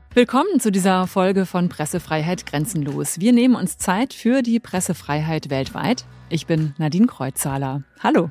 Willkommen zu dieser Folge von Pressefreiheit Grenzenlos. Wir nehmen uns Zeit für die Pressefreiheit weltweit. Ich bin Nadine Kreuzzahler. Hallo.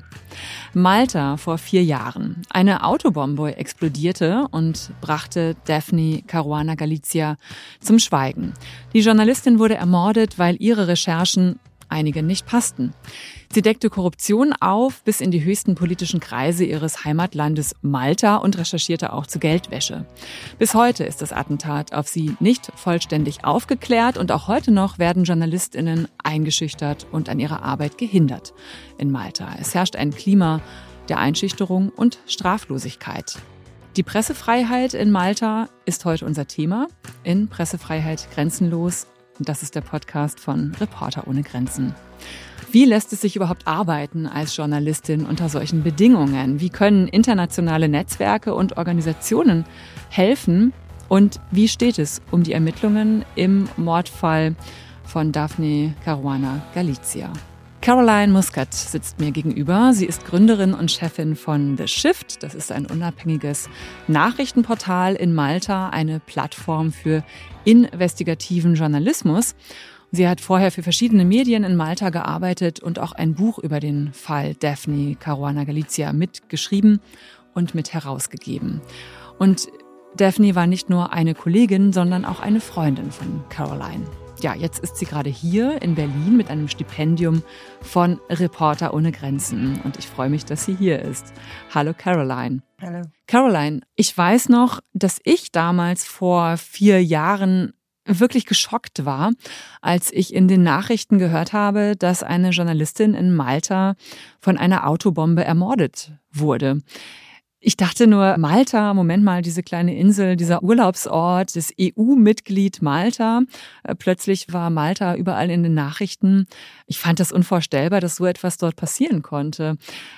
Malta vor 4 Jahren. Eine Autobombe explodierte und brachte Daphne Caruana Galizia zum Schweigen. Die Journalistin wurde ermordet, weil ihre Recherchen einigen nicht passten. Sie deckte Korruption auf bis in die höchsten politischen Kreise ihres Heimatlandes Malta und recherchierte auch zu Geldwäsche. Bis heute ist das Attentat auf sie nicht vollständig aufgeklärt und auch heute noch werden JournalistInnen eingeschüchtert und an ihrer Arbeit gehindert in Malta. Es herrscht ein Klima der Einschüchterung und Straflosigkeit. Die Pressefreiheit in Malta ist heute unser Thema in Pressefreiheit Grenzenlos. Und das ist der Podcast von Reporter ohne Grenzen. Wie lässt es sich überhaupt arbeiten als Journalistin unter solchen Bedingungen? Wie können internationale Netzwerke und Organisationen helfen? Und wie steht es um die Ermittlungen im Mordfall von Daphne Caruana Galizia? Caroline Muscat sitzt mir gegenüber. Sie ist Gründerin und Chefin von The Shift. Das ist ein unabhängiges Nachrichtenportal in Malta, eine Plattform für investigativen Journalismus. Sie hat vorher für verschiedene Medien in Malta gearbeitet und auch ein Buch über den Fall Daphne Caruana Galizia mitgeschrieben und mit herausgegeben. Und Daphne war nicht nur eine Kollegin, sondern auch eine Freundin von Caroline. Ja, jetzt ist sie gerade hier in Berlin mit einem Stipendium von Reporter ohne Grenzen. Und ich freue mich, dass sie hier ist. Hallo Caroline. Hallo. Caroline, ich weiß noch, dass ich damals vor 4 Jahren wirklich geschockt war, als ich in den Nachrichten gehört habe, dass eine Journalistin in Malta von einer Autobombe ermordet wurde. Ich dachte nur, Malta, Moment mal, diese kleine Insel, dieser Urlaubsort, das EU-Mitglied Malta. Plötzlich war Malta überall in den Nachrichten. Ich fand das unvorstellbar, dass so etwas dort passieren konnte.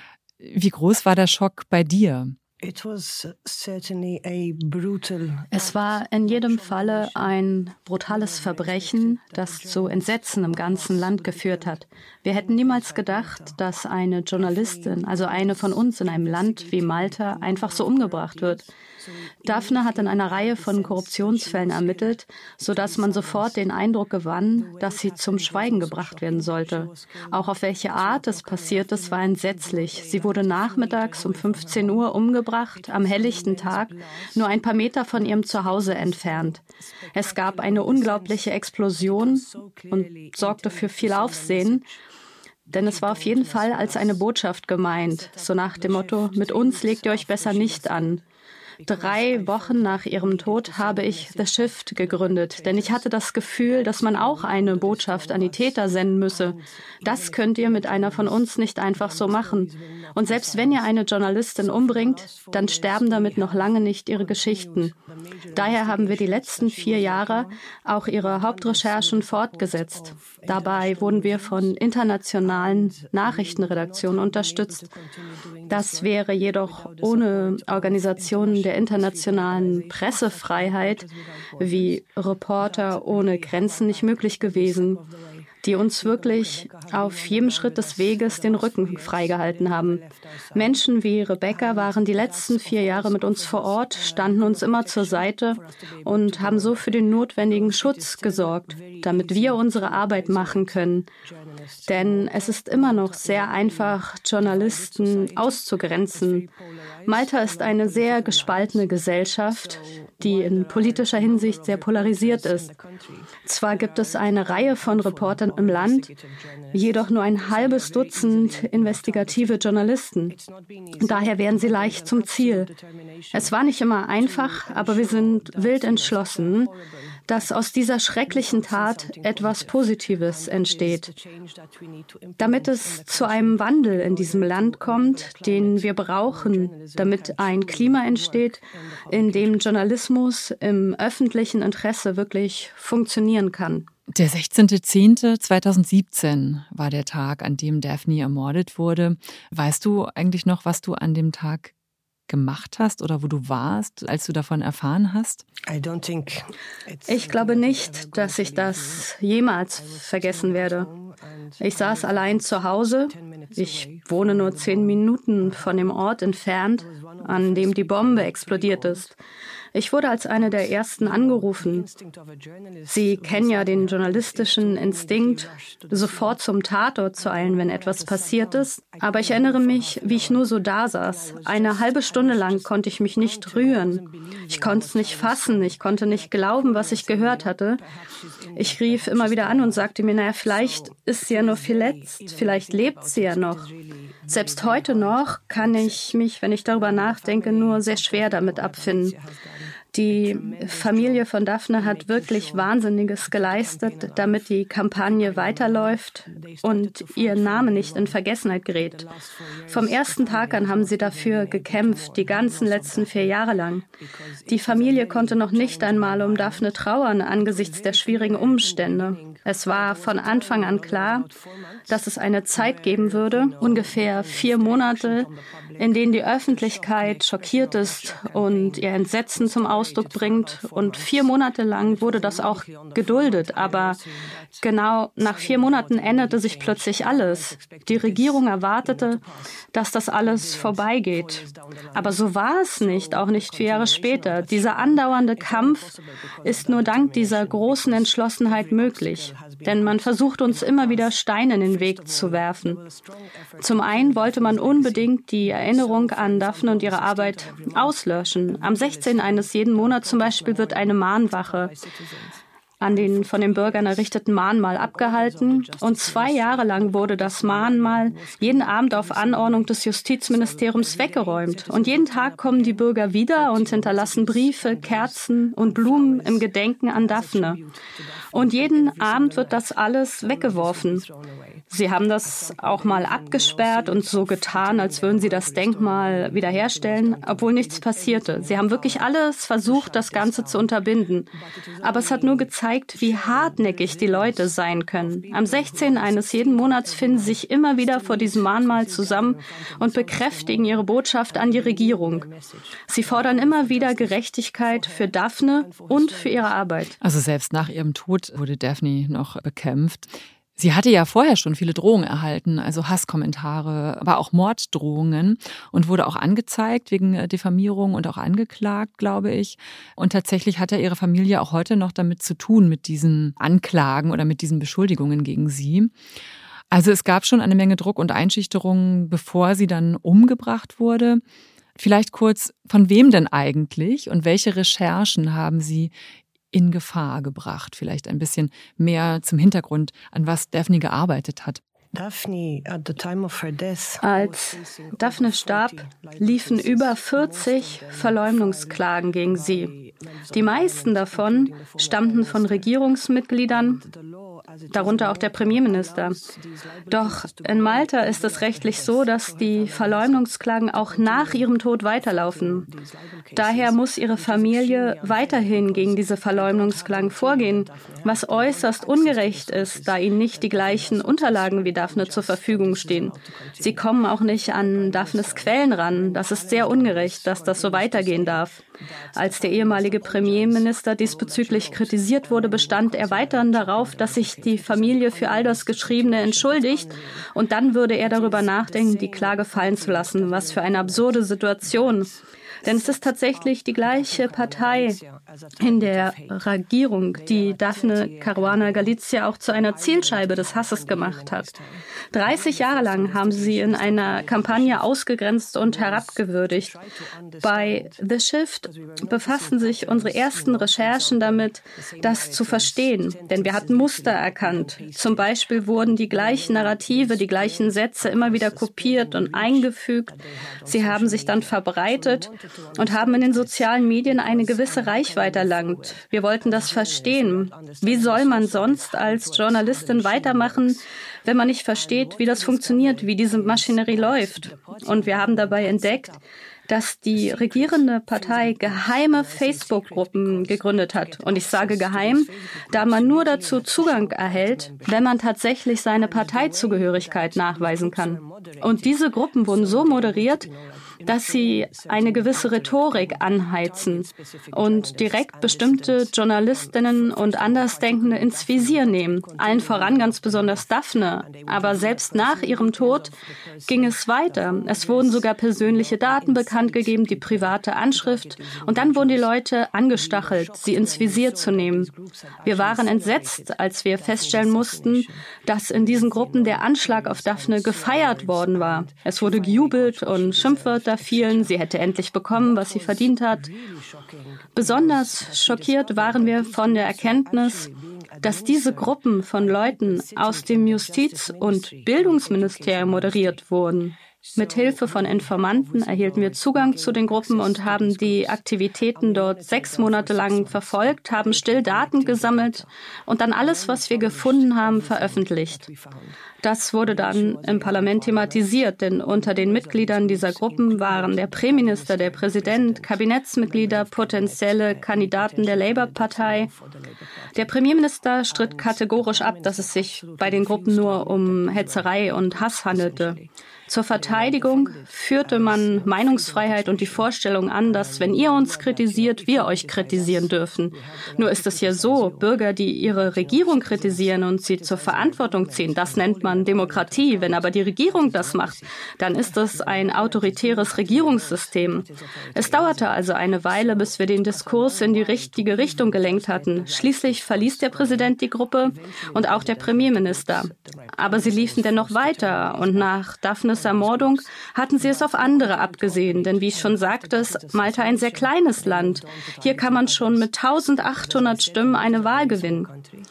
Wie groß war der Schock bei dir? Es war in jedem Falle ein brutales Verbrechen, das zu Entsetzen im ganzen Land geführt hat. Wir hätten niemals gedacht, dass eine Journalistin, also eine von uns in einem Land wie Malta, einfach so umgebracht wird. Daphne hat in einer Reihe von Korruptionsfällen ermittelt, sodass man sofort den Eindruck gewann, dass sie zum Schweigen gebracht werden sollte. Auch auf welche Art es passiert ist, war entsetzlich. Sie wurde nachmittags um 15 Uhr umgebracht, am helllichten Tag, nur ein paar Meter von ihrem Zuhause entfernt. Es gab eine unglaubliche Explosion und sorgte für viel Aufsehen. Denn es war auf jeden Fall als eine Botschaft gemeint, so nach dem Motto, mit uns legt ihr euch besser nicht an. 3 Wochen nach ihrem Tod habe ich The Shift gegründet, denn ich hatte das Gefühl, dass man auch eine Botschaft an die Täter senden müsse. Das könnt ihr mit einer von uns nicht einfach so machen. Und selbst wenn ihr eine Journalistin umbringt, dann sterben damit noch lange nicht ihre Geschichten. Daher haben wir die letzten 4 Jahre auch ihre Hauptrecherchen fortgesetzt. Dabei wurden wir von internationalen Nachrichtenredaktionen unterstützt. Das wäre jedoch ohne Organisationen der internationalen Pressefreiheit wie Reporter ohne Grenzen nicht möglich gewesen, die uns wirklich auf jedem Schritt des Weges den Rücken freigehalten haben. Menschen wie Rebecca waren die letzten 4 Jahre mit uns vor Ort, standen uns immer zur Seite und haben so für den notwendigen Schutz gesorgt, damit wir unsere Arbeit machen können. Denn es ist immer noch sehr einfach, Journalisten auszugrenzen. Malta ist eine sehr gespaltene Gesellschaft, die in politischer Hinsicht sehr polarisiert ist. Zwar gibt es eine Reihe von Reportern im Land, jedoch nur ein halbes Dutzend investigative Journalisten. Daher werden sie leicht zum Ziel. Es war nicht immer einfach, aber wir sind wild entschlossen, dass aus dieser schrecklichen Tat etwas Positives entsteht. Damit es zu einem Wandel in diesem Land kommt, den wir brauchen, damit ein Klima entsteht, in dem Journalismus im öffentlichen Interesse wirklich funktionieren kann. Der 16.10.2017 war der Tag, an dem Daphne ermordet wurde. Weißt du eigentlich noch, was du an dem Tag gemacht hast oder wo du warst, als du davon erfahren hast? Ich glaube nicht, dass ich das jemals vergessen werde. Ich saß allein zu Hause. Ich wohne nur 10 Minuten von dem Ort entfernt, an dem die Bombe explodiert ist. Ich wurde als eine der ersten angerufen. Sie kennen ja den journalistischen Instinkt, sofort zum Tatort zu eilen, wenn etwas passiert ist. Aber ich erinnere mich, wie ich nur so da saß. Eine halbe Stunde lang konnte ich mich nicht rühren. Ich konnte es nicht fassen. Ich konnte nicht glauben, was ich gehört hatte. Ich rief immer wieder an und sagte mir, naja, vielleicht ist sie ja nur verletzt. Vielleicht lebt sie ja noch. Selbst heute noch kann ich mich, wenn ich darüber nachdenke, nur sehr schwer damit abfinden. Die Familie von Daphne hat wirklich Wahnsinniges geleistet, damit die Kampagne weiterläuft und ihr Name nicht in Vergessenheit gerät. Vom ersten Tag an haben sie dafür gekämpft, die ganzen letzten 4 Jahre lang. Die Familie konnte noch nicht einmal um Daphne trauern angesichts der schwierigen Umstände. Es war von Anfang an klar, dass es eine Zeit geben würde, ungefähr 4 Monate, in denen die Öffentlichkeit schockiert ist und ihr Entsetzen zum Ausdruck bringt. Und 4 Monate lang wurde das auch geduldet. Aber genau nach 4 Monaten änderte sich plötzlich alles. Die Regierung erwartete, dass das alles vorbeigeht. Aber so war es nicht, auch nicht 4 Jahre später. Dieser andauernde Kampf ist nur dank dieser großen Entschlossenheit möglich. Denn man versucht uns immer wieder Steine in den Weg zu werfen. Zum einen wollte man unbedingt die Erinnerung an Daphne und ihre Arbeit auslöschen. Am 16. eines jeden Monats zum Beispiel wird eine Mahnwache an den von den Bürgern errichteten Mahnmal abgehalten. Und 2 Jahre lang wurde das Mahnmal jeden Abend auf Anordnung des Justizministeriums weggeräumt. Und jeden Tag kommen die Bürger wieder und hinterlassen Briefe, Kerzen und Blumen im Gedenken an Daphne. Und jeden Abend wird das alles weggeworfen. Sie haben das auch mal abgesperrt und so getan, als würden sie das Denkmal wiederherstellen, obwohl nichts passierte. Sie haben wirklich alles versucht, das Ganze zu unterbinden. Aber es hat nur gezeigt, wie hartnäckig die Leute sein können. Am 16. eines jeden Monats finden sie sich immer wieder vor diesem Mahnmal zusammen und bekräftigen ihre Botschaft an die Regierung. Sie fordern immer wieder Gerechtigkeit für Daphne und für ihre Arbeit. Also selbst nach ihrem Tod wurde Daphne noch bekämpft. Sie hatte ja vorher schon viele Drohungen erhalten, also Hasskommentare, aber auch Morddrohungen und wurde auch angezeigt wegen Diffamierung und auch angeklagt, glaube ich. Und tatsächlich hat ja ihre Familie auch heute noch damit zu tun, mit diesen Anklagen oder mit diesen Beschuldigungen gegen sie. Also es gab schon eine Menge Druck und Einschüchterung, bevor sie dann umgebracht wurde. Vielleicht kurz, von wem denn eigentlich und welche Recherchen haben Sie in Gefahr gebracht? Vielleicht ein bisschen mehr zum Hintergrund, an was Daphne gearbeitet hat. Als Daphne starb, liefen über 40 Verleumdungsklagen gegen sie. Die meisten davon stammten von Regierungsmitgliedern, darunter auch der Premierminister. Doch in Malta ist es rechtlich so, dass die Verleumdungsklagen auch nach ihrem Tod weiterlaufen. Daher muss ihre Familie weiterhin gegen diese Verleumdungsklagen vorgehen, was äußerst ungerecht ist, da ihnen nicht die gleichen Unterlagen wie Daphne zur Verfügung stehen. Sie kommen auch nicht an Daphnes Quellen ran. Das ist sehr ungerecht, dass das so weitergehen darf. Als der ehemalige Premierminister diesbezüglich kritisiert wurde, bestand er weiterhin darauf, dass sich die Familie für all das Geschriebene entschuldigt und dann würde er darüber nachdenken, die Klage fallen zu lassen. Was für eine absurde Situation. Denn es ist tatsächlich die gleiche Partei in der Regierung, die Daphne Caruana Galizia auch zu einer Zielscheibe des Hasses gemacht hat. 30 Jahre lang haben sie in einer Kampagne ausgegrenzt und herabgewürdigt. Bei The Shift befassten sich unsere ersten Recherchen damit, das zu verstehen. Denn wir hatten Muster erkannt. Zum Beispiel wurden die gleichen Narrative, die gleichen Sätze immer wieder kopiert und eingefügt. Sie haben sich dann verbreitet und haben in den sozialen Medien eine gewisse Reichweite erlangt. Wir wollten das verstehen. Wie soll man sonst als Journalistin weitermachen, wenn man nicht versteht, wie das funktioniert, wie diese Maschinerie läuft? Und wir haben dabei entdeckt, dass die regierende Partei geheime Facebook-Gruppen gegründet hat. Und ich sage geheim, da man nur dazu Zugang erhält, wenn man tatsächlich seine Parteizugehörigkeit nachweisen kann. Und diese Gruppen wurden so moderiert, dass sie eine gewisse Rhetorik anheizen und direkt bestimmte Journalistinnen und Andersdenkende ins Visier nehmen. Allen voran ganz besonders Daphne. Aber selbst nach ihrem Tod ging es weiter. Es wurden sogar persönliche Daten bekannt gegeben, die private Anschrift. Und dann wurden die Leute angestachelt, sie ins Visier zu nehmen. Wir waren entsetzt, als wir feststellen mussten, dass in diesen Gruppen der Anschlag auf Daphne gefeiert worden war. Es wurde gejubelt und Schimpfwörter fielen. Sie hätte endlich bekommen, was sie verdient hat. Besonders schockiert waren wir von der Erkenntnis, dass diese Gruppen von Leuten aus dem Justiz- und Bildungsministerium moderiert wurden. Mit Hilfe von Informanten erhielten wir Zugang zu den Gruppen und haben die Aktivitäten dort 6 Monate lang verfolgt, haben still Daten gesammelt und dann alles, was wir gefunden haben, veröffentlicht. Das wurde dann im Parlament thematisiert, denn unter den Mitgliedern dieser Gruppen waren der Premierminister, der Präsident, Kabinettsmitglieder, potenzielle Kandidaten der Labour-Partei. Der Premierminister stritt kategorisch ab, dass es sich bei den Gruppen nur um Hetzerei und Hass handelte. Zur Verteidigung führte man Meinungsfreiheit und die Vorstellung an, dass, wenn ihr uns kritisiert, wir euch kritisieren dürfen. Nur ist es ja so, Bürger, die ihre Regierung kritisieren und sie zur Verantwortung ziehen, das nennt man Demokratie. Wenn aber die Regierung das macht, dann ist das ein autoritäres Regierungssystem. Es dauerte also eine Weile, bis wir den Diskurs in die richtige Richtung gelenkt hatten. Schließlich verließ der Präsident die Gruppe und auch der Premierminister. Aber sie liefen dennoch weiter und nach Daphnes Ermordung hatten sie es auf andere abgesehen. Denn wie ich schon sagte, ist Malta ein sehr kleines Land. Hier kann man schon mit 1800 Stimmen eine Wahl gewinnen.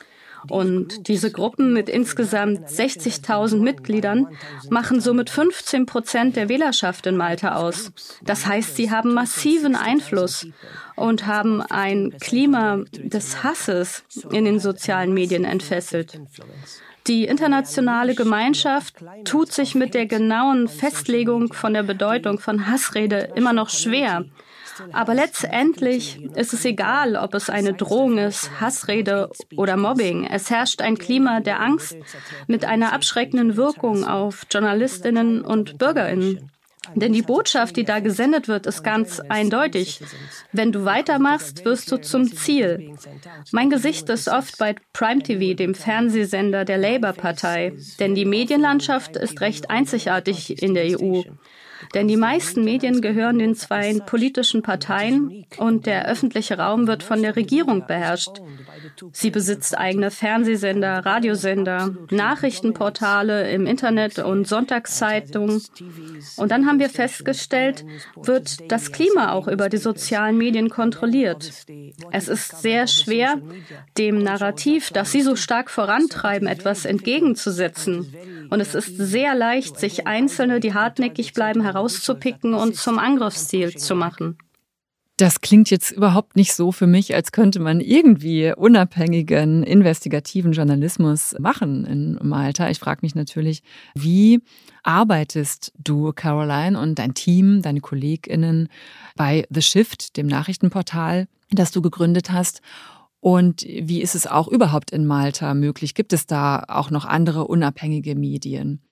Und diese Gruppen mit insgesamt 60.000 Mitgliedern machen somit 15% der Wählerschaft in Malta aus. Das heißt, sie haben massiven Einfluss und haben ein Klima des Hasses in den sozialen Medien entfesselt. Die internationale Gemeinschaft tut sich mit der genauen Festlegung von der Bedeutung von Hassrede immer noch schwer. Aber letztendlich ist es egal, ob es eine Drohung ist, Hassrede oder Mobbing. Es herrscht ein Klima der Angst mit einer abschreckenden Wirkung auf Journalistinnen und BürgerInnen. Denn die Botschaft, die da gesendet wird, ist ganz eindeutig. Wenn du weitermachst, wirst du zum Ziel. Mein Gesicht ist oft bei Prime TV, dem Fernsehsender der Labour-Partei. Denn die Medienlandschaft ist recht einzigartig in der EU. Denn die meisten Medien gehören den 2 politischen Parteien und der öffentliche Raum wird von der Regierung beherrscht. Sie besitzt eigene Fernsehsender, Radiosender, Nachrichtenportale im Internet und Sonntagszeitungen. Und dann haben wir festgestellt, wird das Klima auch über die sozialen Medien kontrolliert. Es ist sehr schwer, dem Narrativ, das sie so stark vorantreiben, etwas entgegenzusetzen. Und es ist sehr leicht, sich Einzelne, die hartnäckig bleiben, herauszupicken und zum Angriffsziel zu machen. Das klingt jetzt überhaupt nicht so für mich, als könnte man irgendwie unabhängigen, investigativen Journalismus machen in Malta. Ich frage mich natürlich, wie arbeitest du, Caroline, und dein Team, deine KollegInnen bei The Shift, dem Nachrichtenportal, das du gegründet hast? Und wie ist es auch überhaupt in Malta möglich? Gibt es da auch noch andere unabhängige Medien?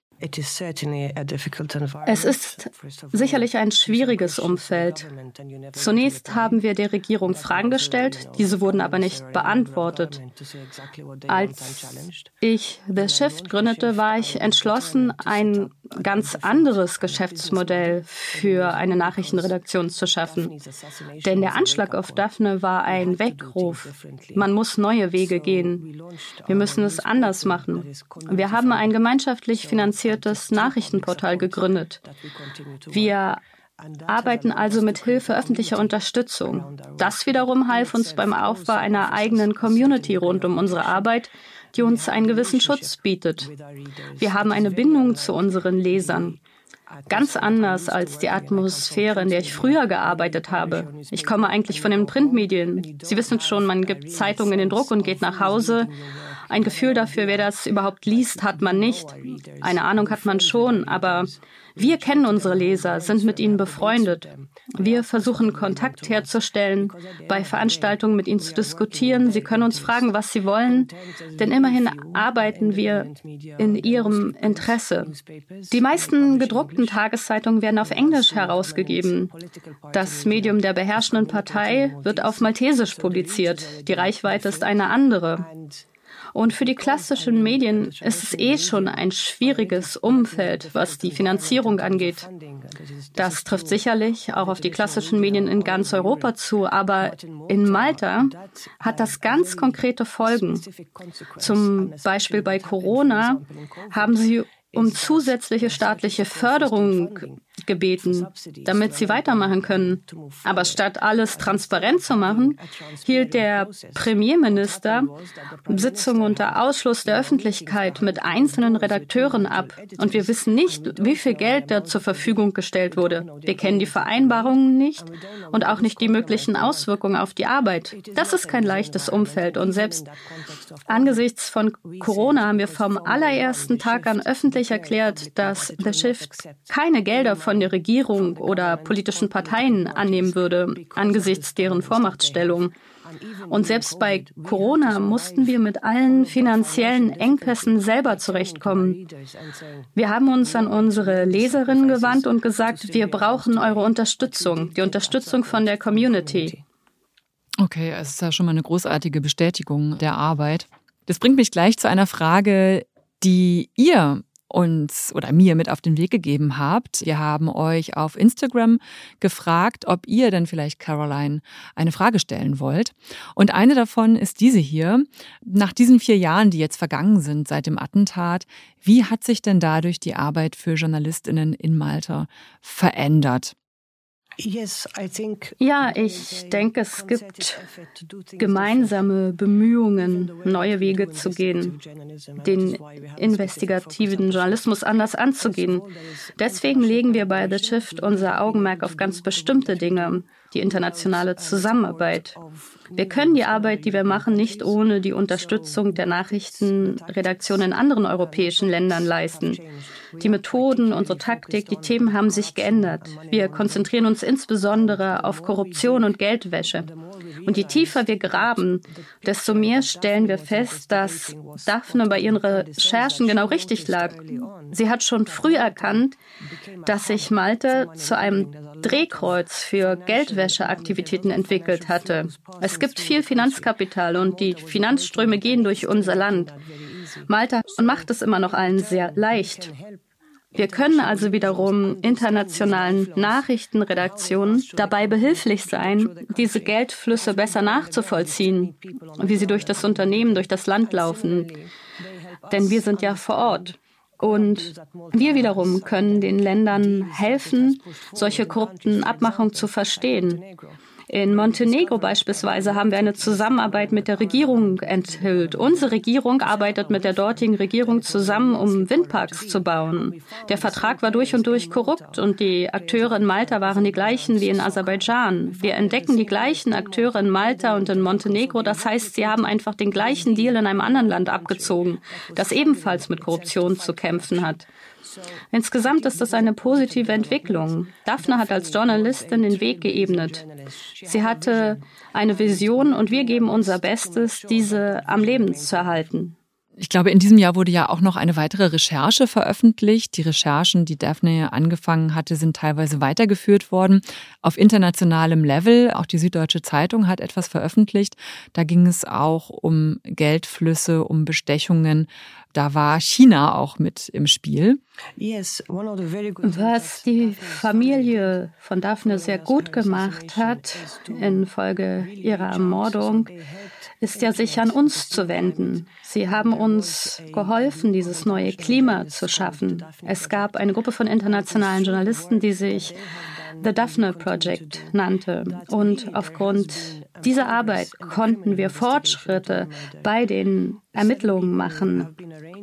Es ist sicherlich ein schwieriges Umfeld. Zunächst haben wir der Regierung Fragen gestellt, diese wurden aber nicht beantwortet. Als ich The Shift gründete, war ich entschlossen, ein ganz anderes Geschäftsmodell für eine Nachrichtenredaktion zu schaffen. Denn der Anschlag auf Daphne war ein Weckruf. Man muss neue Wege gehen. Wir müssen es anders machen. Wir haben ein gemeinschaftlich finanziertes Nachrichtenportal gegründet. Wir arbeiten also mit Hilfe öffentlicher Unterstützung. Das wiederum half uns beim Aufbau einer eigenen Community rund um unsere Arbeit, die uns einen gewissen Schutz bietet. Wir haben eine Bindung zu unseren Lesern. Ganz anders als die Atmosphäre, in der ich früher gearbeitet habe. Ich komme eigentlich von den Printmedien. Sie wissen schon, man gibt Zeitungen in den Druck und geht nach Hause. Ein Gefühl dafür, wer das überhaupt liest, hat man nicht. Eine Ahnung hat man schon, aber wir kennen unsere Leser, sind mit ihnen befreundet. Wir versuchen, Kontakt herzustellen, bei Veranstaltungen mit ihnen zu diskutieren. Sie können uns fragen, was sie wollen, denn immerhin arbeiten wir in ihrem Interesse. Die meisten gedruckten Tageszeitungen werden auf Englisch herausgegeben. Das Medium der beherrschenden Partei wird auf Maltesisch publiziert. Die Reichweite ist eine andere. Und für die klassischen Medien ist es schon ein schwieriges Umfeld, was die Finanzierung angeht. Das trifft sicherlich auch auf die klassischen Medien in ganz Europa zu, aber in Malta hat das ganz konkrete Folgen. Zum Beispiel bei Corona haben sie um zusätzliche staatliche Förderung gebeten, damit sie weitermachen können. Aber statt alles transparent zu machen, hielt der Premierminister Sitzungen unter Ausschluss der Öffentlichkeit mit einzelnen Redakteuren ab. Und wir wissen nicht, wie viel Geld da zur Verfügung gestellt wurde. Wir kennen die Vereinbarungen nicht und auch nicht die möglichen Auswirkungen auf die Arbeit. Das ist kein leichtes Umfeld. Und selbst angesichts von Corona haben wir vom allerersten Tag an öffentlich erklärt, dass The Shift keine Gelder von der Regierung oder politischen Parteien annehmen würde, angesichts deren Vormachtstellung. Und selbst bei Corona mussten wir mit allen finanziellen Engpässen selber zurechtkommen. Wir haben uns an unsere Leserinnen gewandt und gesagt, wir brauchen eure Unterstützung, die Unterstützung von der Community. Okay, es ist ja schon mal eine großartige Bestätigung der Arbeit. Das bringt mich gleich zu einer Frage, die ihr uns oder mir mit auf den Weg gegeben habt. Wir haben euch auf Instagram gefragt, ob ihr denn vielleicht Caroline eine Frage stellen wollt. Und eine davon ist diese hier. Nach diesen 4 Jahren, die jetzt vergangen sind seit dem Attentat, wie hat sich denn dadurch die Arbeit für JournalistInnen in Malta verändert? Ja, ich denke, es gibt gemeinsame Bemühungen, neue Wege zu gehen, den investigativen Journalismus anders anzugehen. Deswegen legen wir bei The Shift unser Augenmerk auf ganz bestimmte Dinge, die internationale Zusammenarbeit. Wir können die Arbeit, die wir machen, nicht ohne die Unterstützung der Nachrichtenredaktionen in anderen europäischen Ländern leisten. Die Methoden, unsere Taktik, die Themen haben sich geändert. Wir konzentrieren uns insbesondere auf Korruption und Geldwäsche. Und je tiefer wir graben, desto mehr stellen wir fest, dass Daphne bei ihren Recherchen genau richtig lag. Sie hat schon früh erkannt, dass sich Malta zu einem Drehkreuz für Geldwäscheaktivitäten entwickelt hatte. Es gibt viel Finanzkapital und die Finanzströme gehen durch unser Land. Malta macht es immer noch allen sehr leicht. Wir können also wiederum internationalen Nachrichtenredaktionen dabei behilflich sein, diese Geldflüsse besser nachzuvollziehen, wie sie durch das Unternehmen, durch das Land laufen. Denn wir sind ja vor Ort. Und wir wiederum können den Ländern helfen, solche korrupten Abmachungen zu verstehen. In Montenegro beispielsweise haben wir eine Zusammenarbeit mit der Regierung enthüllt. Unsere Regierung arbeitet mit der dortigen Regierung zusammen, um Windparks zu bauen. Der Vertrag war durch und durch korrupt und die Akteure in Malta waren die gleichen wie in Aserbaidschan. Wir entdecken die gleichen Akteure in Malta und in Montenegro. Das heißt, sie haben einfach den gleichen Deal in einem anderen Land abgezogen, das ebenfalls mit Korruption zu kämpfen hat. Insgesamt ist das eine positive Entwicklung. Daphne hat als Journalistin den Weg geebnet. Sie hatte eine Vision und wir geben unser Bestes, diese am Leben zu erhalten. Ich glaube, in diesem Jahr wurde ja auch noch eine weitere Recherche veröffentlicht. Die Recherchen, die Daphne angefangen hatte, sind teilweise weitergeführt worden auf internationalem Level. Auch die Süddeutsche Zeitung hat etwas veröffentlicht. Da ging es auch um Geldflüsse, um Bestechungen. Da war China auch mit im Spiel. Was die Familie von Daphne sehr gut gemacht hat infolge ihrer Ermordung, ist ja, sich an uns zu wenden. Sie haben uns geholfen, dieses neue Klima zu schaffen. Es gab eine Gruppe von internationalen Journalisten, die sich The Daphne Project nannte. Und aufgrund dieser Arbeit konnten wir Fortschritte bei den Ermittlungen machen.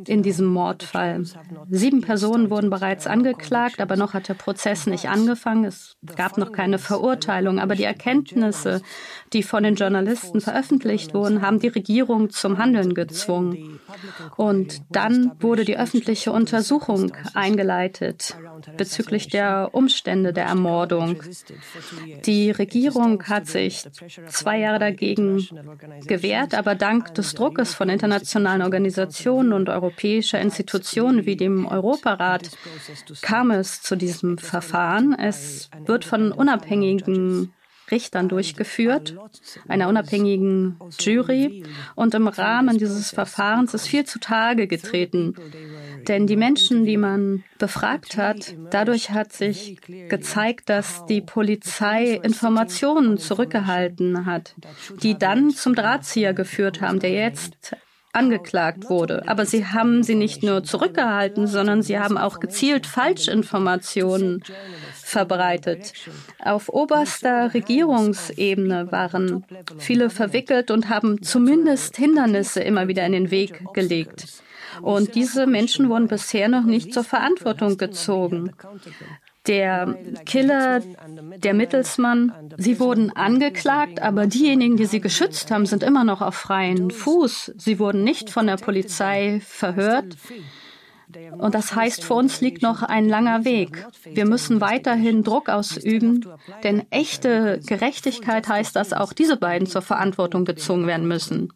in diesem Mordfall. 7 Personen wurden bereits angeklagt, aber noch hat der Prozess nicht angefangen. Es gab noch keine Verurteilung. Aber die Erkenntnisse, die von den Journalisten veröffentlicht wurden, haben die Regierung zum Handeln gezwungen. Und dann wurde die öffentliche Untersuchung eingeleitet bezüglich der Umstände der Ermordung. Die Regierung hat sich 2 Jahre dagegen gewehrt, aber dank des Druckes von internationalen Organisationen und europäischer Institutionen wie dem Europarat kam es zu diesem Verfahren. Es wird von unabhängigen Richtern durchgeführt, einer unabhängigen Jury. Und im Rahmen dieses Verfahrens ist viel zutage getreten. Denn die Menschen, die man befragt hat, dadurch hat sich gezeigt, dass die Polizei Informationen zurückgehalten hat, die dann zum Drahtzieher geführt haben, der jetzt angeklagt wurde. Aber sie haben sie nicht nur zurückgehalten, sondern sie haben auch gezielt Falschinformationen verbreitet. Auf oberster Regierungsebene waren viele verwickelt und haben zumindest Hindernisse immer wieder in den Weg gelegt. Und diese Menschen wurden bisher noch nicht zur Verantwortung gezogen. Der Killer, der Mittelsmann, sie wurden angeklagt, aber diejenigen, die sie geschützt haben, sind immer noch auf freiem Fuß. Sie wurden nicht von der Polizei verhört. Und das heißt, vor uns liegt noch ein langer Weg. Wir müssen weiterhin Druck ausüben, denn echte Gerechtigkeit heißt, dass auch diese beiden zur Verantwortung gezogen werden müssen.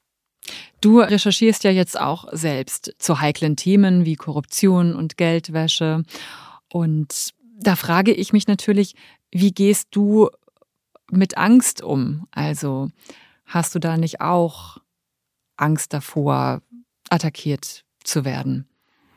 Du recherchierst ja jetzt auch selbst zu heiklen Themen wie Korruption und Geldwäsche. Und da frage ich mich natürlich, wie gehst du mit Angst um? Also hast du da nicht auch Angst davor, attackiert zu werden?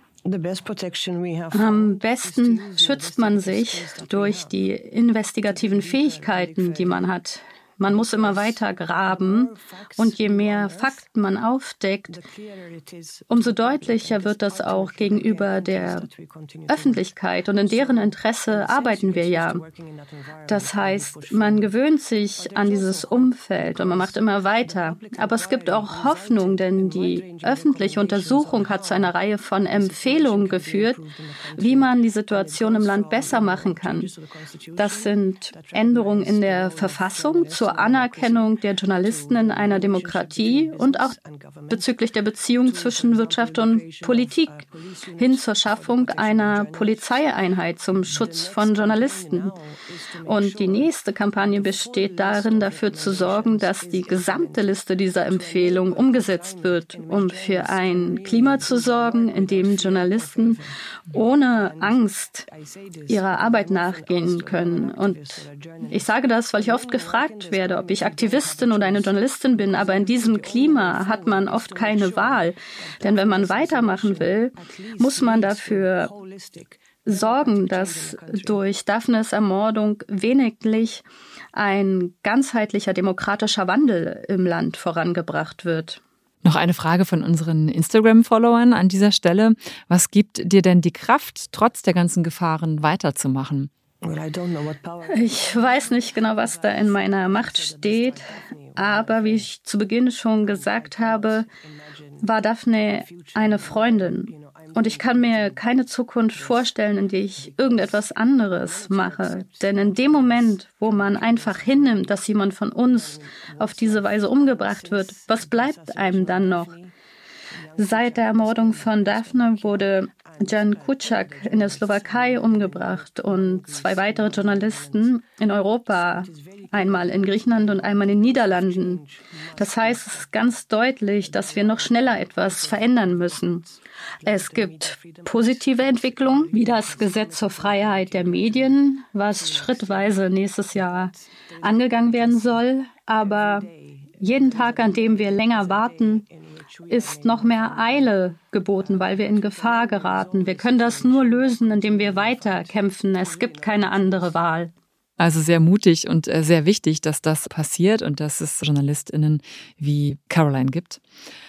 Am besten schützt man sich durch die investigativen Fähigkeiten, die man hat. Man muss immer weiter graben und je mehr Fakten man aufdeckt, umso deutlicher wird das auch gegenüber der Öffentlichkeit und in deren Interesse arbeiten wir ja. Das heißt, man gewöhnt sich an dieses Umfeld und man macht immer weiter. Aber es gibt auch Hoffnung, denn die öffentliche Untersuchung hat zu einer Reihe von Empfehlungen geführt, wie man die Situation im Land besser machen kann. Das sind Änderungen in der Verfassung zur Anerkennung der Journalisten in einer Demokratie und auch bezüglich der Beziehung zwischen Wirtschaft und Politik hin zur Schaffung einer Polizeieinheit zum Schutz von Journalisten. Und die nächste Kampagne besteht darin, dafür zu sorgen, dass die gesamte Liste dieser Empfehlungen umgesetzt wird, um für ein Klima zu sorgen, in dem Journalisten ohne Angst ihrer Arbeit nachgehen können. Und ich sage das, weil ich oft gefragt werde, ob ich Aktivistin oder eine Journalistin bin, aber in diesem Klima hat man oft keine Wahl. Denn wenn man weitermachen will, muss man dafür sorgen, dass durch Daphnes Ermordung wenigstens ein ganzheitlicher demokratischer Wandel im Land vorangebracht wird. Noch eine Frage von unseren Instagram-Followern an dieser Stelle. Was gibt dir denn die Kraft, trotz der ganzen Gefahren weiterzumachen? Ich weiß nicht genau, was da in meiner Macht steht, aber wie ich zu Beginn schon gesagt habe, war Daphne eine Freundin. Und ich kann mir keine Zukunft vorstellen, in der ich irgendetwas anderes mache. Denn in dem Moment, wo man einfach hinnimmt, dass jemand von uns auf diese Weise umgebracht wird, was bleibt einem dann noch? Seit der Ermordung von Daphne wurde Jan Kuciak in der Slowakei umgebracht und 2 weitere Journalisten in Europa, einmal in Griechenland und einmal in den Niederlanden. Das heißt, es ist ganz deutlich, dass wir noch schneller etwas verändern müssen. Es gibt positive Entwicklungen, wie das Gesetz zur Freiheit der Medien, was schrittweise nächstes Jahr angegangen werden soll. Aber jeden Tag, an dem wir länger warten, ist noch mehr Eile geboten, weil wir in Gefahr geraten. Wir können das nur lösen, indem wir weiter kämpfen. Es gibt keine andere Wahl. Also sehr mutig und sehr wichtig, dass das passiert und dass es JournalistInnen wie Caroline gibt.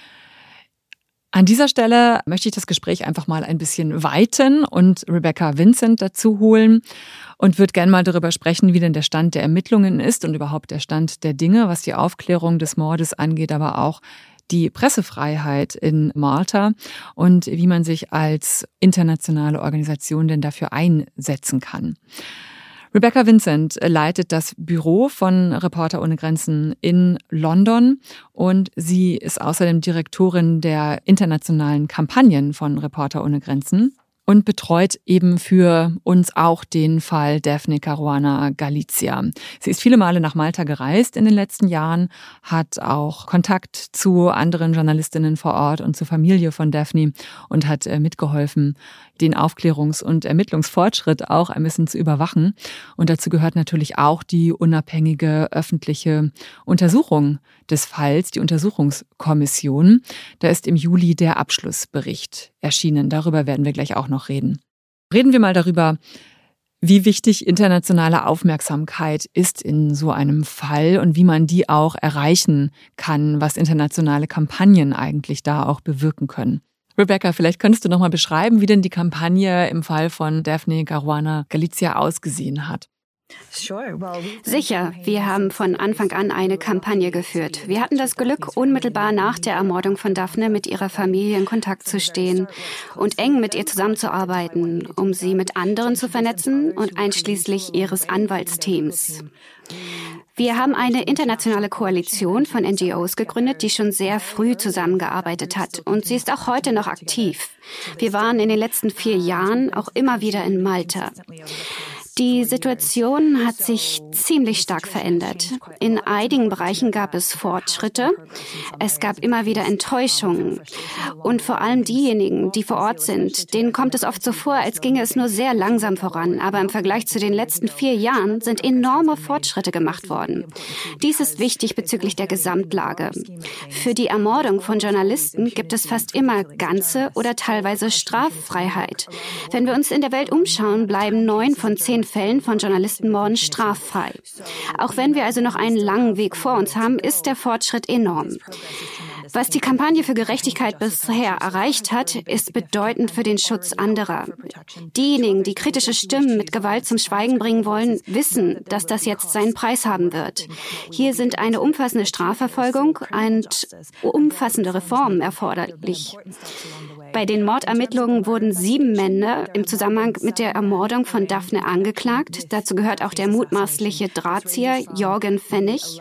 An dieser Stelle möchte ich das Gespräch einfach mal ein bisschen weiten und Rebecca Vincent dazu holen und würde gerne mal darüber sprechen, wie denn der Stand der Ermittlungen ist und überhaupt der Stand der Dinge, was die Aufklärung des Mordes angeht, aber auch die Pressefreiheit in Malta und wie man sich als internationale Organisation denn dafür einsetzen kann. Rebecca Vincent leitet das Büro von Reporter ohne Grenzen in London und sie ist außerdem Direktorin der internationalen Kampagnen von Reporter ohne Grenzen und betreut eben für uns auch den Fall Daphne Caruana Galizia. Sie ist viele Male nach Malta gereist in den letzten Jahren, hat auch Kontakt zu anderen Journalistinnen vor Ort und zur Familie von Daphne und hat mitgeholfen, den Aufklärungs- und Ermittlungsfortschritt auch ein bisschen zu überwachen. Und dazu gehört natürlich auch die unabhängige öffentliche Untersuchung des Falls, die Untersuchungskommission. Da ist im Juli der Abschlussbericht erschienen. Darüber werden wir gleich auch noch reden. Reden wir mal darüber, wie wichtig internationale Aufmerksamkeit ist in so einem Fall und wie man die auch erreichen kann, was internationale Kampagnen eigentlich da auch bewirken können. Rebecca, vielleicht könntest du noch mal beschreiben, wie denn die Kampagne im Fall von Daphne Caruana Galizia ausgesehen hat. Sicher, wir haben von Anfang an eine Kampagne geführt. Wir hatten das Glück, unmittelbar nach der Ermordung von Daphne mit ihrer Familie in Kontakt zu stehen und eng mit ihr zusammenzuarbeiten, um sie mit anderen zu vernetzen und einschließlich ihres Anwaltsteams. Wir haben eine internationale Koalition von NGOs gegründet, die schon sehr früh zusammengearbeitet hat. Und sie ist auch heute noch aktiv. Wir waren in den letzten 4 Jahren auch immer wieder in Malta. Die Situation hat sich ziemlich stark verändert. In einigen Bereichen gab es Fortschritte. Es gab immer wieder Enttäuschungen. Und vor allem diejenigen, die vor Ort sind, denen kommt es oft so vor, als ginge es nur sehr langsam voran. Aber im Vergleich zu den letzten 4 Jahren sind enorme Fortschritte gemacht worden. Dies ist wichtig bezüglich der Gesamtlage. Für die Ermordung von Journalisten gibt es fast immer ganze oder teilweise Straffreiheit. Wenn wir uns in der Welt umschauen, bleiben 9 von 10 Fällen von Journalistenmorden straffrei. Auch wenn wir also noch einen langen Weg vor uns haben, ist der Fortschritt enorm. Was die Kampagne für Gerechtigkeit bisher erreicht hat, ist bedeutend für den Schutz anderer. Diejenigen, die kritische Stimmen mit Gewalt zum Schweigen bringen wollen, wissen, dass das jetzt seinen Preis haben wird. Hier sind eine umfassende Strafverfolgung und umfassende Reformen erforderlich. Bei den Mordermittlungen wurden 7 Männer im Zusammenhang mit der Ermordung von Daphne angeklagt. Dazu gehört auch der mutmaßliche Drahtzieher Jorgen Pfennig.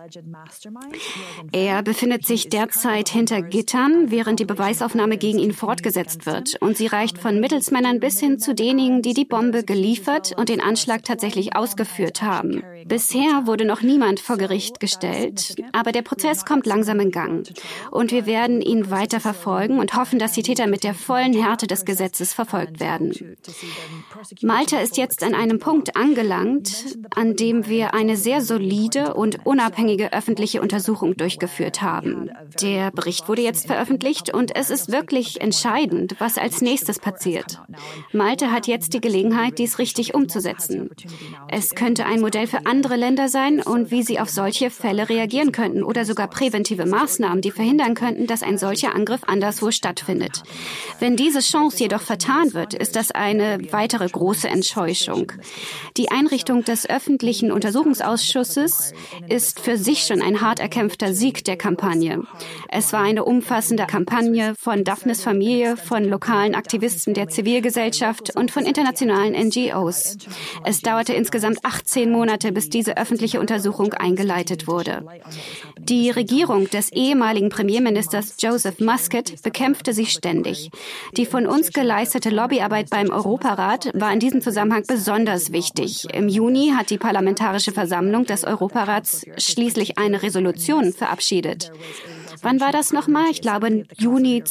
Er befindet sich derzeit hinter Gittern, während die Beweisaufnahme gegen ihn fortgesetzt wird. Und sie reicht von Mittelsmännern bis hin zu denjenigen, die die Bombe geliefert und den Anschlag tatsächlich ausgeführt haben. Bisher wurde noch niemand vor Gericht gestellt, aber der Prozess kommt langsam in Gang. Und wir werden ihn weiter verfolgen und hoffen, dass die Täter mit der vollen Härte des Gesetzes verfolgt werden. Malta ist jetzt an einem Punkt angelangt, an dem wir eine sehr solide und unabhängige öffentliche Untersuchung durchgeführt haben. Der Bericht wurde jetzt veröffentlicht und es ist wirklich entscheidend, was als nächstes passiert. Malta hat jetzt die Gelegenheit, dies richtig umzusetzen. Es könnte ein Modell für andere Länder sein und wie sie auf solche Fälle reagieren könnten oder sogar präventive Maßnahmen, die verhindern könnten, dass ein solcher Angriff anderswo stattfindet. Wenn diese Chance jedoch vertan wird, ist das eine weitere große Enttäuschung. Die Einrichtung des öffentlichen Untersuchungsausschusses ist für sich schon ein hart erkämpfter Sieg der Kampagne. Es war eine umfassende Kampagne von Daphnes Familie, von lokalen Aktivisten der Zivilgesellschaft und von internationalen NGOs. Es dauerte insgesamt 18 Monate, bis diese öffentliche Untersuchung eingeleitet wurde. Die Regierung des ehemaligen Premierministers Joseph Muscat bekämpfte sie ständig. Die von uns geleistete Lobbyarbeit beim Europarat war in diesem Zusammenhang besonders wichtig. Im Juni hat die Parlamentarische Versammlung des Europarats schließlich eine Resolution verabschiedet. Wann war das nochmal? Ich glaube Juni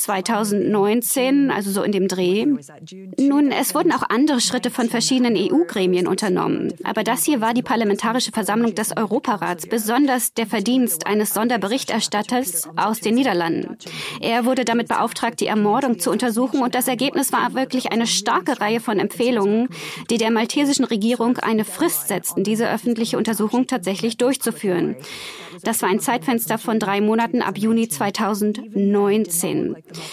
2019, also so in dem Dreh. Nun, es wurden auch andere Schritte von verschiedenen EU-Gremien unternommen. Aber das hier war die Parlamentarische Versammlung des Europarats, besonders der Verdienst eines Sonderberichterstatters aus den Niederlanden. Er wurde damit beauftragt, die Ermordung zu untersuchen und das Ergebnis war wirklich eine starke Reihe von Empfehlungen, die der maltesischen Regierung eine Frist setzten, diese öffentliche Untersuchung tatsächlich durchzuführen. Das war ein Zeitfenster von 3 Monaten ab Juni 2019.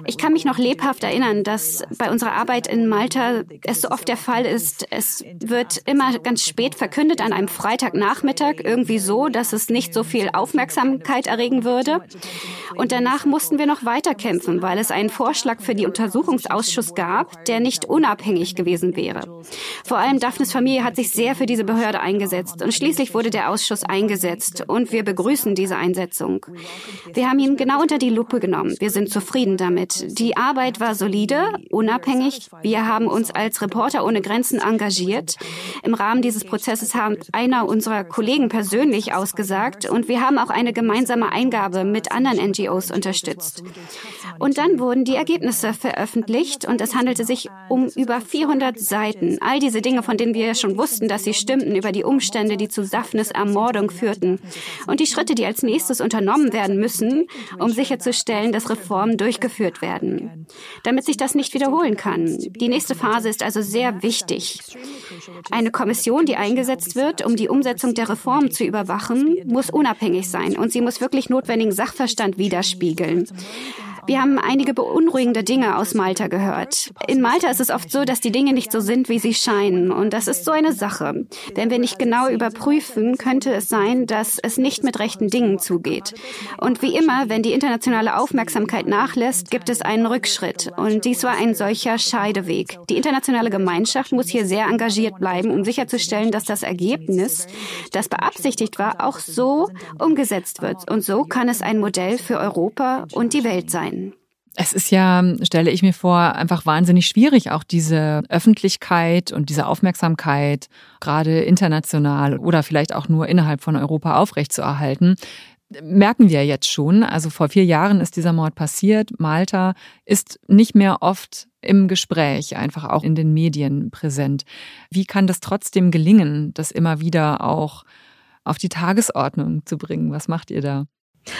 Ich kann mich noch lebhaft erinnern, dass bei unserer Arbeit in Malta es so oft der Fall ist, es wird immer ganz spät verkündet an einem Freitagnachmittag, irgendwie so, dass es nicht so viel Aufmerksamkeit erregen würde. Und danach mussten wir noch weiter kämpfen, weil es einen Vorschlag für die Untersuchungsausschuss gab, der nicht unabhängig gewesen wäre. Vor allem Daphnes Familie hat sich sehr für diese Behörde eingesetzt und schließlich wurde der Ausschuss eingesetzt und wir begrüßen diese Einsetzung. Wir haben ihn genau unter die Lupe genommen. Wir sind zufrieden damit. Die Arbeit war solide, unabhängig. Wir haben uns als Reporter ohne Grenzen engagiert. Im Rahmen dieses Prozesses haben einer unserer Kollegen persönlich ausgesagt und wir haben auch eine gemeinsame Eingabe mit anderen NGOs unterstützt. Und dann wurden die Ergebnisse veröffentlicht und es handelte sich um über 400 Seiten. All diese Dinge, von denen wir schon wussten, dass sie stimmten, über die Umstände, die zu Daphnes Ermordung führten und die Schritte, die als nächstes unternommen werden müssen, um sicherzustellen, dass Reformen durchgeführt werden, damit sich das nicht wiederholen kann. Die nächste Phase ist also sehr wichtig. Eine Kommission, die eingesetzt wird, um die Umsetzung der Reformen zu überwachen, muss unabhängig sein und sie muss wirklich notwendigen Sachverstand widerspiegeln. Wir haben einige beunruhigende Dinge aus Malta gehört. In Malta ist es oft so, dass die Dinge nicht so sind, wie sie scheinen. Und das ist so eine Sache. Wenn wir nicht genau überprüfen, könnte es sein, dass es nicht mit rechten Dingen zugeht. Und wie immer, wenn die internationale Aufmerksamkeit nachlässt, gibt es einen Rückschritt. Und dies war ein solcher Scheideweg. Die internationale Gemeinschaft muss hier sehr engagiert bleiben, um sicherzustellen, dass das Ergebnis, das beabsichtigt war, auch so umgesetzt wird. Und so kann es ein Modell für Europa und die Welt sein. Es ist ja, stelle ich mir vor, einfach wahnsinnig schwierig, auch diese Öffentlichkeit und diese Aufmerksamkeit gerade international oder vielleicht auch nur innerhalb von Europa aufrechtzuerhalten. Merken wir jetzt schon, also vor 4 Jahren ist dieser Mord passiert. Malta ist nicht mehr oft im Gespräch, einfach auch in den Medien präsent. Wie kann das trotzdem gelingen, das immer wieder auch auf die Tagesordnung zu bringen? Was macht ihr da?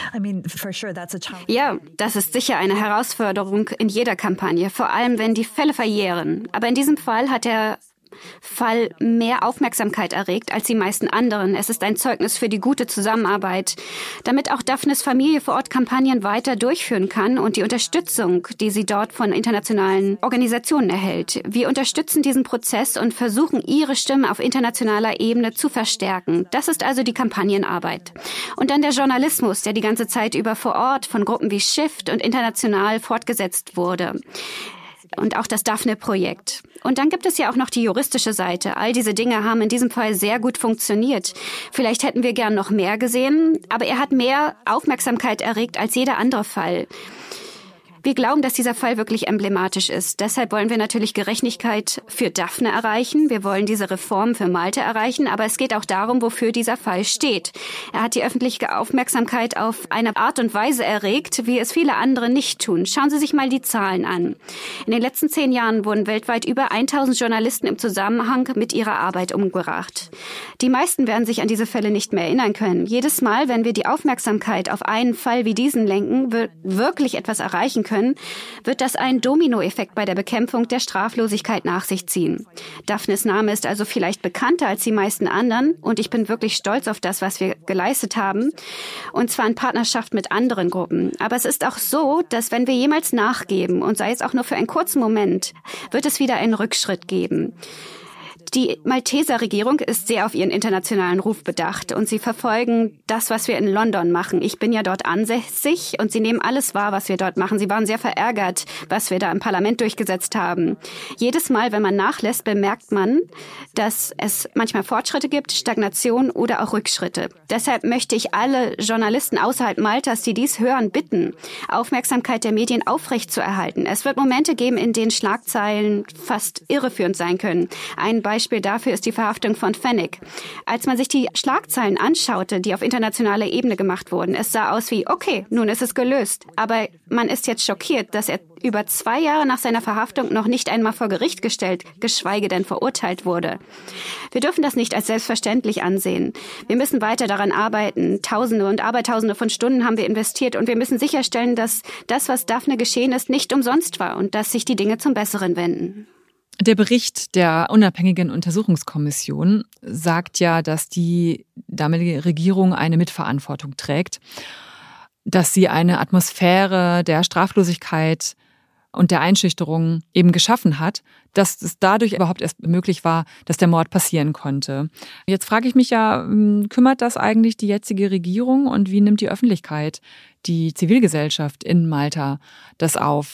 Ja, das ist sicher eine Herausforderung in jeder Kampagne, vor allem wenn die Fälle verjähren. Aber in diesem Fall hat der Fall mehr Aufmerksamkeit erregt als die meisten anderen. Es ist ein Zeugnis für die gute Zusammenarbeit, damit auch Daphnes Familie vor Ort Kampagnen weiter durchführen kann und die Unterstützung, die sie dort von internationalen Organisationen erhält. Wir unterstützen diesen Prozess und versuchen, ihre Stimme auf internationaler Ebene zu verstärken. Das ist also die Kampagnenarbeit. Und dann der Journalismus, der die ganze Zeit über vor Ort von Gruppen wie Shift und international fortgesetzt wurde. Und auch das Daphne-Projekt. Und dann gibt es ja auch noch die juristische Seite. All diese Dinge haben in diesem Fall sehr gut funktioniert. Vielleicht hätten wir gern noch mehr gesehen, aber er hat mehr Aufmerksamkeit erregt als jeder andere Fall. Wir glauben, dass dieser Fall wirklich emblematisch ist. Deshalb wollen wir natürlich Gerechtigkeit für Daphne erreichen. Wir wollen diese Reform für Malta erreichen. Aber es geht auch darum, wofür dieser Fall steht. Er hat die öffentliche Aufmerksamkeit auf eine Art und Weise erregt, wie es viele andere nicht tun. Schauen Sie sich mal die Zahlen an. In den letzten 10 Jahren wurden weltweit über 1000 Journalisten im Zusammenhang mit ihrer Arbeit umgebracht. Die meisten werden sich an diese Fälle nicht mehr erinnern können. Jedes Mal, wenn wir die Aufmerksamkeit auf einen Fall wie diesen lenken, wir wirklich etwas erreichen können, wird das einen Dominoeffekt bei der Bekämpfung der Straflosigkeit nach sich ziehen. Daphnes Name ist also vielleicht bekannter als die meisten anderen und ich bin wirklich stolz auf das, was wir geleistet haben, und zwar in Partnerschaft mit anderen Gruppen. Aber es ist auch so, dass wenn wir jemals nachgeben, und sei es auch nur für einen kurzen Moment, wird es wieder einen Rückschritt geben. Die Malteser Regierung ist sehr auf ihren internationalen Ruf bedacht und sie verfolgen das, was wir in London machen. Ich bin ja dort ansässig und sie nehmen alles wahr, was wir dort machen. Sie waren sehr verärgert, was wir da im Parlament durchgesetzt haben. Jedes Mal, wenn man nachlässt, bemerkt man, dass es manchmal Fortschritte gibt, Stagnation oder auch Rückschritte. Deshalb möchte ich alle Journalisten außerhalb Maltas, die dies hören, bitten, Aufmerksamkeit der Medien aufrechtzuerhalten. Es wird Momente geben, in denen Schlagzeilen fast irreführend sein können. Ein Beispiel dafür ist die Verhaftung von Fenwick. Als man sich die Schlagzeilen anschaute, die auf internationaler Ebene gemacht wurden, es sah aus wie, okay, nun ist es gelöst. Aber man ist jetzt schockiert, dass er über 2 Jahre nach seiner Verhaftung noch nicht einmal vor Gericht gestellt, geschweige denn verurteilt wurde. Wir dürfen das nicht als selbstverständlich ansehen. Wir müssen weiter daran arbeiten. Tausende und Abertausende von Stunden haben wir investiert und wir müssen sicherstellen, dass das, was Daphne geschehen ist, nicht umsonst war und dass sich die Dinge zum Besseren wenden. Der Bericht der unabhängigen Untersuchungskommission sagt ja, dass die damalige Regierung eine Mitverantwortung trägt, dass sie eine Atmosphäre der Straflosigkeit und der Einschüchterung eben geschaffen hat, dass es dadurch überhaupt erst möglich war, dass der Mord passieren konnte. Jetzt frage ich mich ja, kümmert das eigentlich die jetzige Regierung und wie nimmt die Öffentlichkeit, die Zivilgesellschaft in Malta das auf?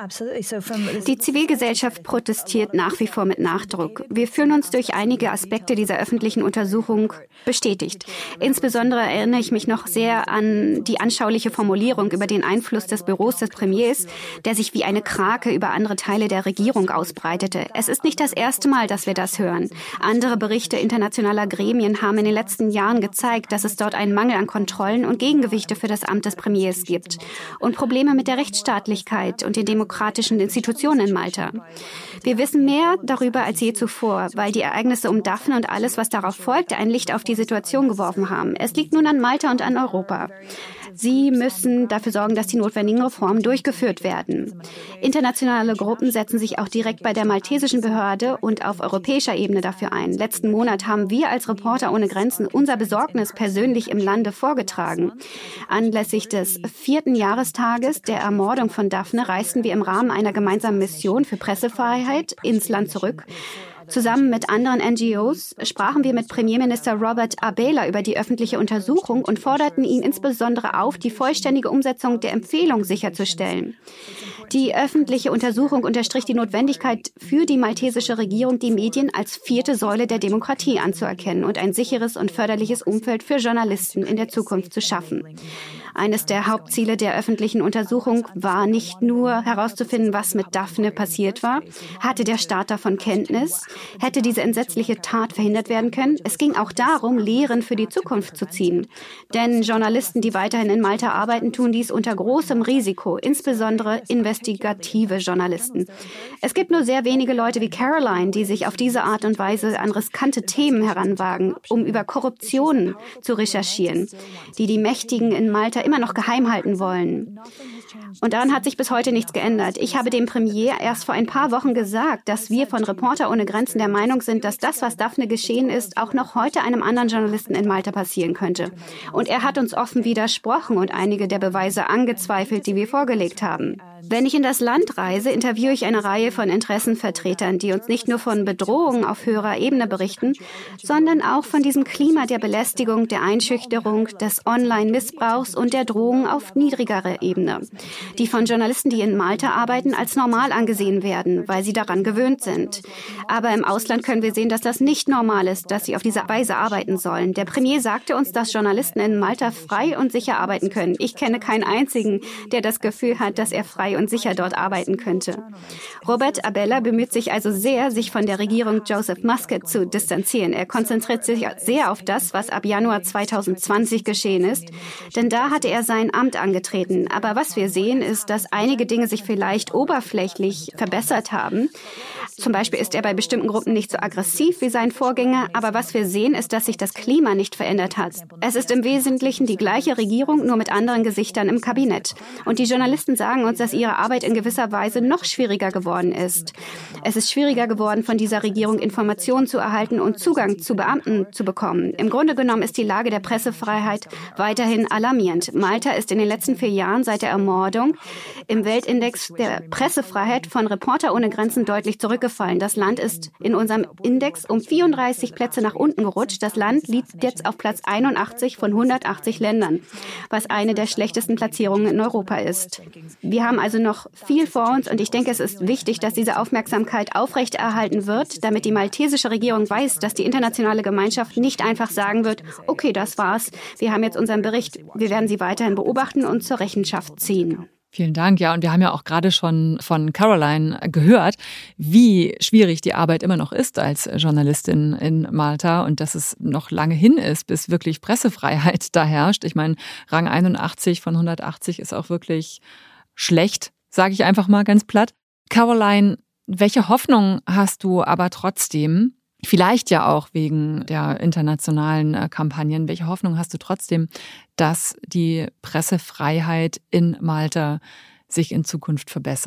Die Zivilgesellschaft protestiert nach wie vor mit Nachdruck. Wir fühlen uns durch einige Aspekte dieser öffentlichen Untersuchung bestätigt. Insbesondere erinnere ich mich noch sehr an die anschauliche Formulierung über den Einfluss des Büros des Premiers, der sich wie eine Krake über andere Teile der Regierung ausbreitete. Es ist nicht das erste Mal, dass wir das hören. Andere Berichte internationaler Gremien haben in den letzten Jahren gezeigt, dass es dort einen Mangel an Kontrollen und Gegengewichte für das Amt des Premiers gibt und Probleme mit der Rechtsstaatlichkeit und den demokratischen Institutionen in Malta. Wir wissen mehr darüber als je zuvor, weil die Ereignisse um Daphne und alles, was darauf folgte, ein Licht auf die Situation geworfen haben. Es liegt nun an Malta und an Europa. Sie müssen dafür sorgen, dass die notwendigen Reformen durchgeführt werden. Internationale Gruppen setzen sich auch direkt bei der maltesischen Behörde und auf europäischer Ebene dafür ein. Letzten Monat haben wir als Reporter ohne Grenzen unser Besorgnis persönlich im Lande vorgetragen. Anlässlich des 4. Jahrestages der Ermordung von Daphne reisten wir im Rahmen einer gemeinsamen Mission für Pressefreiheit ins Land zurück. Zusammen mit anderen NGOs sprachen wir mit Premierminister Robert Abela über die öffentliche Untersuchung und forderten ihn insbesondere auf, die vollständige Umsetzung der Empfehlung sicherzustellen. Die öffentliche Untersuchung unterstrich die Notwendigkeit für die maltesische Regierung, die Medien als 4. Säule der Demokratie anzuerkennen und ein sicheres und förderliches Umfeld für Journalisten in der Zukunft zu schaffen. Eines der Hauptziele der öffentlichen Untersuchung war nicht nur herauszufinden, was mit Daphne passiert war. Hatte der Staat davon Kenntnis? Hätte diese entsetzliche Tat verhindert werden können? Es ging auch darum, Lehren für die Zukunft zu ziehen. Denn Journalisten, die weiterhin in Malta arbeiten, tun dies unter großem Risiko, insbesondere investigative Journalisten. Es gibt nur sehr wenige Leute wie Caroline, die sich auf diese Art und Weise an riskante Themen heranwagen, um über Korruption zu recherchieren, die Mächtigen in Malta immer noch geheim halten wollen. Und daran hat sich bis heute nichts geändert. Ich habe dem Premier erst vor ein paar Wochen gesagt, dass wir von Reporter ohne Grenzen der Meinung sind, dass das, was Daphne geschehen ist, auch noch heute einem anderen Journalisten in Malta passieren könnte. Und er hat uns offen widersprochen und einige der Beweise angezweifelt, die wir vorgelegt haben. Wenn ich in das Land reise, interviewe ich eine Reihe von Interessenvertretern, die uns nicht nur von Bedrohungen auf höherer Ebene berichten, sondern auch von diesem Klima der Belästigung, der Einschüchterung, des Online-Missbrauchs und der Drohung auf niedrigerer Ebene, die von Journalisten, die in Malta arbeiten, als normal angesehen werden, weil sie daran gewöhnt sind. Aber im Ausland können wir sehen, dass das nicht normal ist, dass sie auf diese Weise arbeiten sollen. Der Premier sagte uns, dass Journalisten in Malta frei und sicher arbeiten können. Ich kenne keinen einzigen, der das Gefühl hat, dass er frei und sicher dort arbeiten könnte. Robert Abela bemüht sich also sehr, sich von der Regierung Joseph Muscat zu distanzieren. Er konzentriert sich sehr auf das, was ab Januar 2020 geschehen ist, denn da hatte er sein Amt angetreten. Aber was wir sehen, ist, dass einige Dinge sich vielleicht oberflächlich verbessert haben. Zum Beispiel ist er bei bestimmten Gruppen nicht so aggressiv wie sein Vorgänger, aber was wir sehen, ist, dass sich das Klima nicht verändert hat. Es ist im Wesentlichen die gleiche Regierung, nur mit anderen Gesichtern im Kabinett. Und die Journalisten sagen uns, dass ihre Arbeit in gewisser Weise noch schwieriger geworden ist. Es ist schwieriger geworden, von dieser Regierung Informationen zu erhalten und Zugang zu Beamten zu bekommen. Im Grunde genommen ist die Lage der Pressefreiheit weiterhin alarmierend. Malta ist in den letzten 4 Jahren seit der Ermordung im Weltindex der Pressefreiheit von Reporter ohne Grenzen deutlich zurückgefallen. Das Land ist in unserem Index um 34 Plätze nach unten gerutscht. Das Land liegt jetzt auf Platz 81 von 180 Ländern, was eine der schlechtesten Platzierungen in Europa ist. Wir haben also noch viel vor uns und ich denke, es ist wichtig, dass diese Aufmerksamkeit aufrechterhalten wird, damit die maltesische Regierung weiß, dass die internationale Gemeinschaft nicht einfach sagen wird, okay, das war's, wir haben jetzt unseren Bericht, wir werden sie weiterhin beobachten und zur Rechenschaft ziehen. Vielen Dank. Ja, und wir haben ja auch gerade schon von Caroline gehört, wie schwierig die Arbeit immer noch ist als Journalistin in Malta und dass es noch lange hin ist, bis wirklich Pressefreiheit da herrscht. Ich meine, Rang 81 von 180 ist auch wirklich schlecht, sage ich einfach mal ganz platt. Caroline, welche Hoffnung hast du aber trotzdem, vielleicht ja auch wegen der internationalen Kampagnen, welche Hoffnung hast du trotzdem, dass die Pressefreiheit in Malta sich in Zukunft verbessert?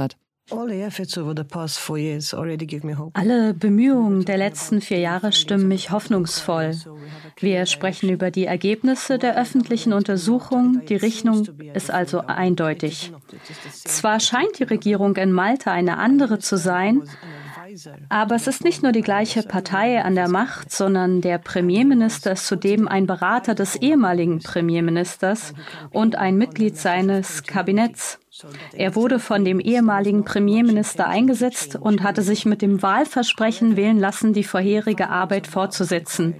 Alle Bemühungen der letzten 4 Jahre stimmen mich hoffnungsvoll. Wir sprechen über die Ergebnisse der öffentlichen Untersuchung. Die Richtung ist also eindeutig. Zwar scheint die Regierung in Malta eine andere zu sein, aber es ist nicht nur die gleiche Partei an der Macht, sondern der Premierminister ist zudem ein Berater des ehemaligen Premierministers und ein Mitglied seines Kabinetts. Er wurde von dem ehemaligen Premierminister eingesetzt und hatte sich mit dem Wahlversprechen wählen lassen, die vorherige Arbeit fortzusetzen.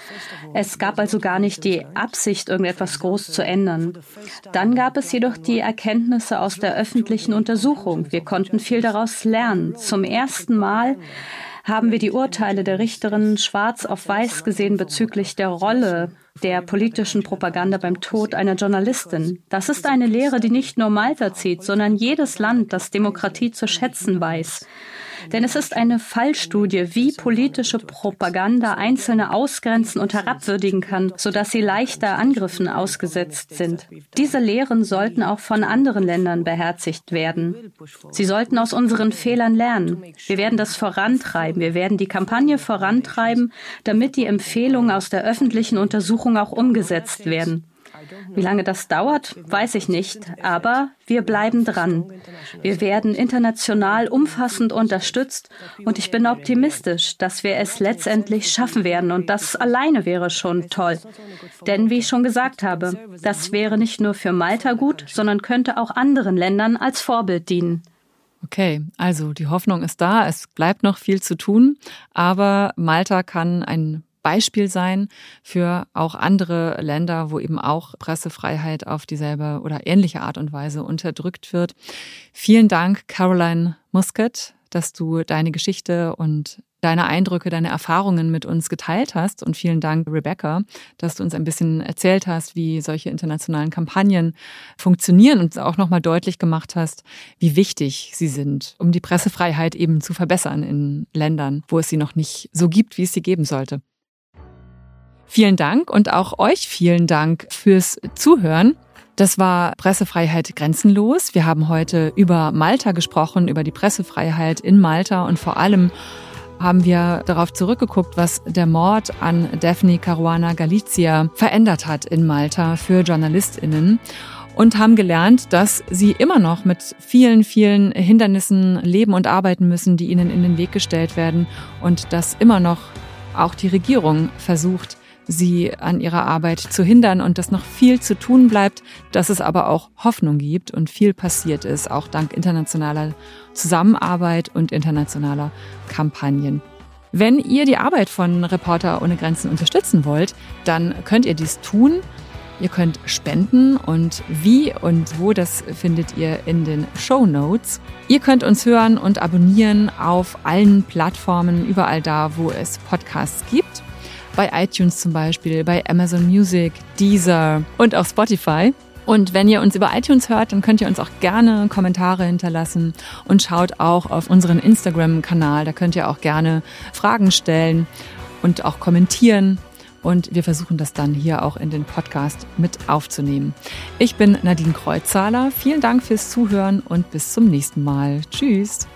Es gab also gar nicht die Absicht, irgendetwas groß zu ändern. Dann gab es jedoch die Erkenntnisse aus der öffentlichen Untersuchung. Wir konnten viel daraus lernen. Zum ersten Mal haben wir die Urteile der Richterinnen schwarz auf weiß gesehen bezüglich der Rolle der politischen Propaganda beim Tod einer Journalistin. Das ist eine Lehre, die nicht nur Malta zieht, sondern jedes Land, das Demokratie zu schätzen weiß. Denn es ist eine Fallstudie, wie politische Propaganda Einzelne ausgrenzen und herabwürdigen kann, sodass sie leichter Angriffen ausgesetzt sind. Diese Lehren sollten auch von anderen Ländern beherzigt werden. Sie sollten aus unseren Fehlern lernen. Wir werden das vorantreiben. Wir werden die Kampagne vorantreiben, damit die Empfehlungen aus der öffentlichen Untersuchung auch umgesetzt werden. Wie lange das dauert, weiß ich nicht, aber wir bleiben dran. Wir werden international umfassend unterstützt und ich bin optimistisch, dass wir es letztendlich schaffen werden und das alleine wäre schon toll. Denn wie ich schon gesagt habe, das wäre nicht nur für Malta gut, sondern könnte auch anderen Ländern als Vorbild dienen. Okay, also die Hoffnung ist da, es bleibt noch viel zu tun, aber Malta kann ein Beispiel sein für auch andere Länder, wo eben auch Pressefreiheit auf dieselbe oder ähnliche Art und Weise unterdrückt wird. Vielen Dank, Caroline Muscat, dass du deine Geschichte und deine Eindrücke, deine Erfahrungen mit uns geteilt hast. Und vielen Dank, Rebecca, dass du uns ein bisschen erzählt hast, wie solche internationalen Kampagnen funktionieren und auch nochmal deutlich gemacht hast, wie wichtig sie sind, um die Pressefreiheit eben zu verbessern in Ländern, wo es sie noch nicht so gibt, wie es sie geben sollte. Vielen Dank und auch euch vielen Dank fürs Zuhören. Das war Pressefreiheit grenzenlos. Wir haben heute über Malta gesprochen, über die Pressefreiheit in Malta und vor allem haben wir darauf zurückgeguckt, was der Mord an Daphne Caruana Galizia verändert hat in Malta für JournalistInnen und haben gelernt, dass sie immer noch mit vielen, vielen Hindernissen leben und arbeiten müssen, die ihnen in den Weg gestellt werden und dass immer noch auch die Regierung versucht, sie an ihrer Arbeit zu hindern und dass noch viel zu tun bleibt, dass es aber auch Hoffnung gibt und viel passiert ist, auch dank internationaler Zusammenarbeit und internationaler Kampagnen. Wenn ihr die Arbeit von Reporter ohne Grenzen unterstützen wollt, dann könnt ihr dies tun. Ihr könnt spenden und wie und wo, das findet ihr in den Shownotes. Ihr könnt uns hören und abonnieren auf allen Plattformen, überall da, wo es Podcasts gibt. Bei iTunes zum Beispiel, bei Amazon Music, Deezer und auch Spotify. Und wenn ihr uns über iTunes hört, dann könnt ihr uns auch gerne Kommentare hinterlassen und schaut auch auf unseren Instagram-Kanal. Da könnt ihr auch gerne Fragen stellen und auch kommentieren. Und wir versuchen das dann hier auch in den Podcast mit aufzunehmen. Ich bin Nadine Kreuzzahler. Vielen Dank fürs Zuhören und bis zum nächsten Mal. Tschüss.